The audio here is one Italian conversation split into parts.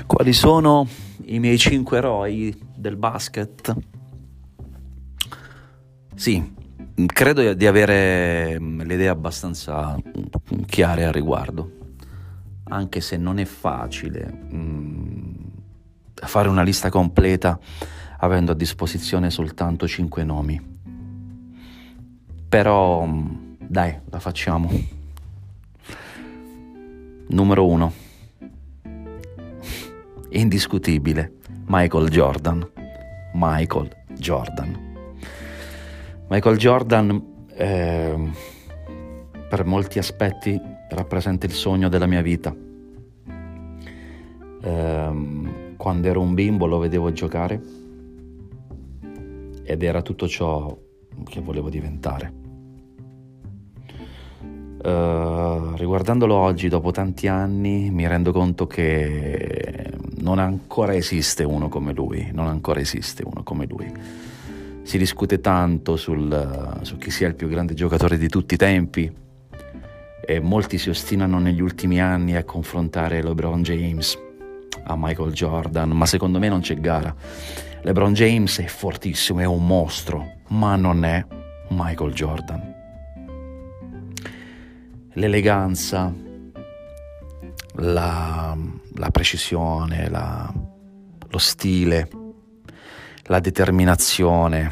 Quali sono i miei 5 eroi del basket? Sì, credo di avere le idee abbastanza chiare al riguardo, anche se non è facile fare una lista completa avendo a disposizione soltanto 5 nomi. Però, dai, la facciamo. Numero 1. Indiscutibile, Michael Jordan. Michael Jordan per molti aspetti rappresenta il sogno della mia vita. Quando ero un bimbo lo vedevo giocare ed era tutto ciò che volevo diventare. Riguardandolo oggi dopo tanti anni mi rendo conto che non ancora esiste uno come lui. Si discute tanto su chi sia il più grande giocatore di tutti i tempi e molti si ostinano negli ultimi anni a confrontare LeBron James a Michael Jordan, ma secondo me non c'è gara. LeBron James è fortissimo, è un mostro, ma non è Michael Jordan. L'eleganza, la precisione, lo stile, la determinazione,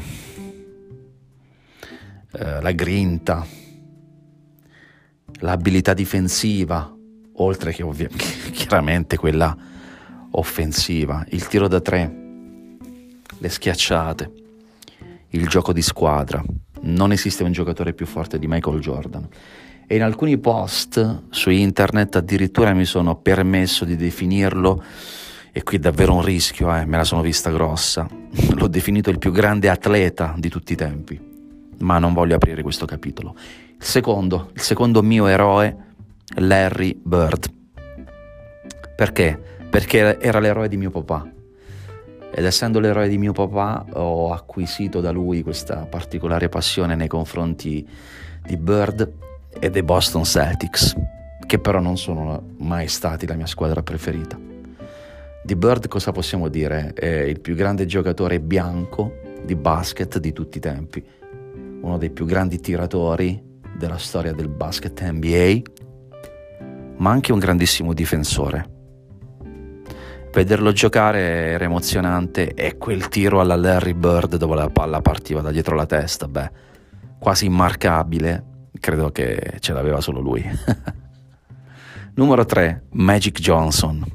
la grinta, l'abilità difensiva, oltre che chiaramente quella offensiva, il tiro da tre, le schiacciate, il gioco di squadra. Non esiste un giocatore più forte di Michael Jordan. E in alcuni post su internet addirittura mi sono permesso di definirlo, e qui è davvero un rischio, me la sono vista grossa, l'ho definito il più grande atleta di tutti i tempi, ma non voglio aprire questo capitolo. Il secondo mio eroe, Larry Bird. Perché? Perché era l'eroe di mio papà, ed essendo l'eroe di mio papà ho acquisito da lui questa particolare passione nei confronti di Bird e dei Boston Celtics, che però non sono mai stati la mia squadra preferita. Di Bird cosa possiamo dire? È il più grande giocatore bianco di basket di tutti i tempi, uno dei più grandi tiratori della storia del basket NBA, ma anche un grandissimo difensore. Vederlo giocare era emozionante, e quel tiro alla Larry Bird dove la palla partiva da dietro la testa, quasi immarcabile. Credo che ce l'aveva solo lui. Numero 3, Magic Johnson.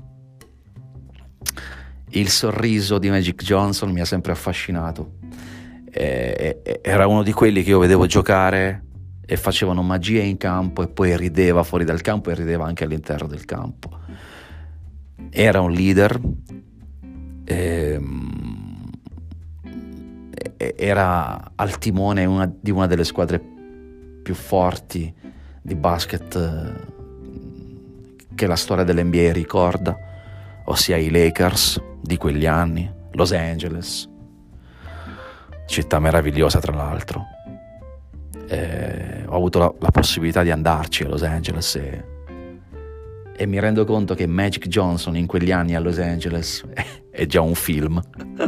Il sorriso di Magic Johnson mi ha sempre affascinato. Era uno di quelli che io vedevo giocare e facevano magie in campo e poi rideva fuori dal campo e rideva anche all'interno del campo. Era un leader, era al timone di una delle squadre più forti di basket che la storia dell'NBA ricorda, ossia i Lakers di quegli anni, Los Angeles, città meravigliosa tra l'altro. Ho avuto la possibilità di andarci a Los Angeles e mi rendo conto che Magic Johnson in quegli anni a Los Angeles è già un film.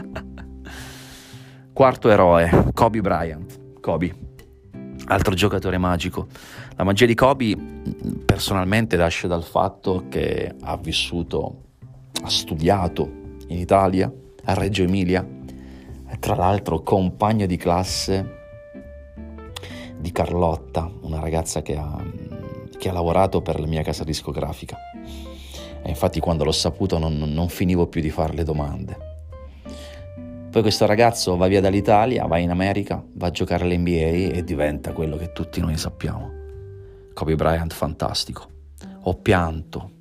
Quarto eroe, Kobe Bryant. Kobe, altro giocatore magico. La magia di Kobe personalmente nasce dal fatto che ha studiato in Italia, a Reggio Emilia, e tra l'altro compagno di classe di Carlotta, una ragazza che ha lavorato per la mia casa discografica. E infatti quando l'ho saputo non finivo più di fare le domande. Poi questo ragazzo va via dall'Italia, va in America, va a giocare all'NBA e diventa quello che tutti noi sappiamo. Kobe Bryant fantastico. Ho pianto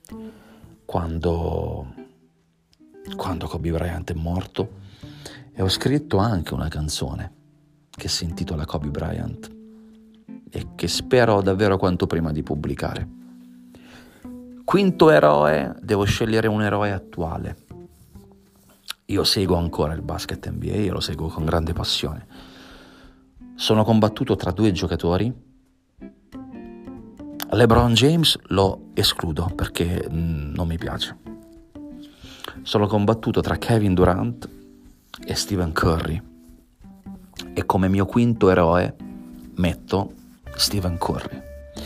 quando Kobe Bryant è morto, e ho scritto anche una canzone che si intitola Kobe Bryant e che spero davvero quanto prima di pubblicare. Quinto eroe, devo scegliere un eroe attuale. Io seguo ancora il basket NBA e lo seguo con grande passione. Sono combattuto tra due giocatori. LeBron James lo escludo perché non mi piace. sono combattuto tra Kevin Durant e Stephen Curry, e come mio quinto eroe metto Stephen Curry.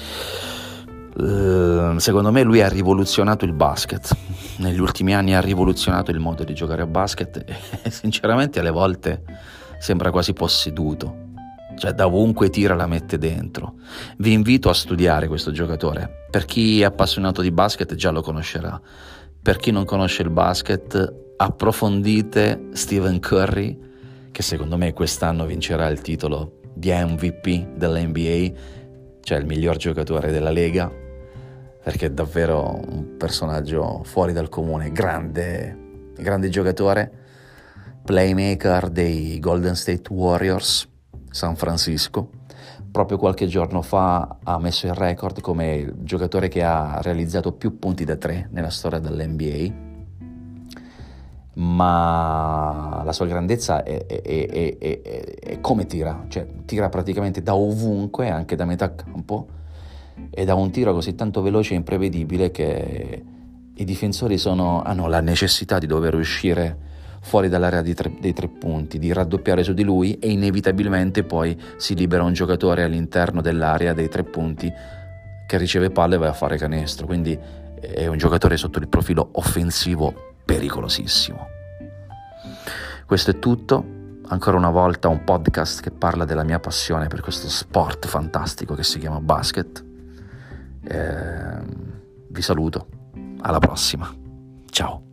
Secondo me lui ha rivoluzionato il basket, negli ultimi anni ha rivoluzionato il modo di giocare a basket e sinceramente alle volte sembra quasi posseduto, cioè da ovunque tira la mette dentro. Vi invito a studiare questo giocatore, per chi è appassionato di basket già lo conoscerà, per chi non conosce il basket approfondite Stephen Curry, che secondo me quest'anno vincerà il titolo di MVP dell'NBA, cioè il miglior giocatore della Lega, perché è davvero un personaggio fuori dal comune, grande giocatore, playmaker dei Golden State Warriors, San Francisco. Proprio qualche giorno fa ha messo il record come il giocatore che ha realizzato più punti da 3 nella storia dell'NBA, ma la sua grandezza è come tira, cioè tira praticamente da ovunque, anche da metà campo, ed ha un tiro così tanto veloce e imprevedibile che i difensori hanno la necessità di dover uscire fuori dall'area dei 3 punti, di raddoppiare su di lui, e inevitabilmente poi si libera un giocatore all'interno dell'area dei 3 punti che riceve palle e va a fare canestro. Quindi è un giocatore sotto il profilo offensivo pericolosissimo. Questo è tutto. Ancora una volta un podcast che parla della mia passione per questo sport fantastico che si chiama basket. Vi saluto, alla prossima, ciao.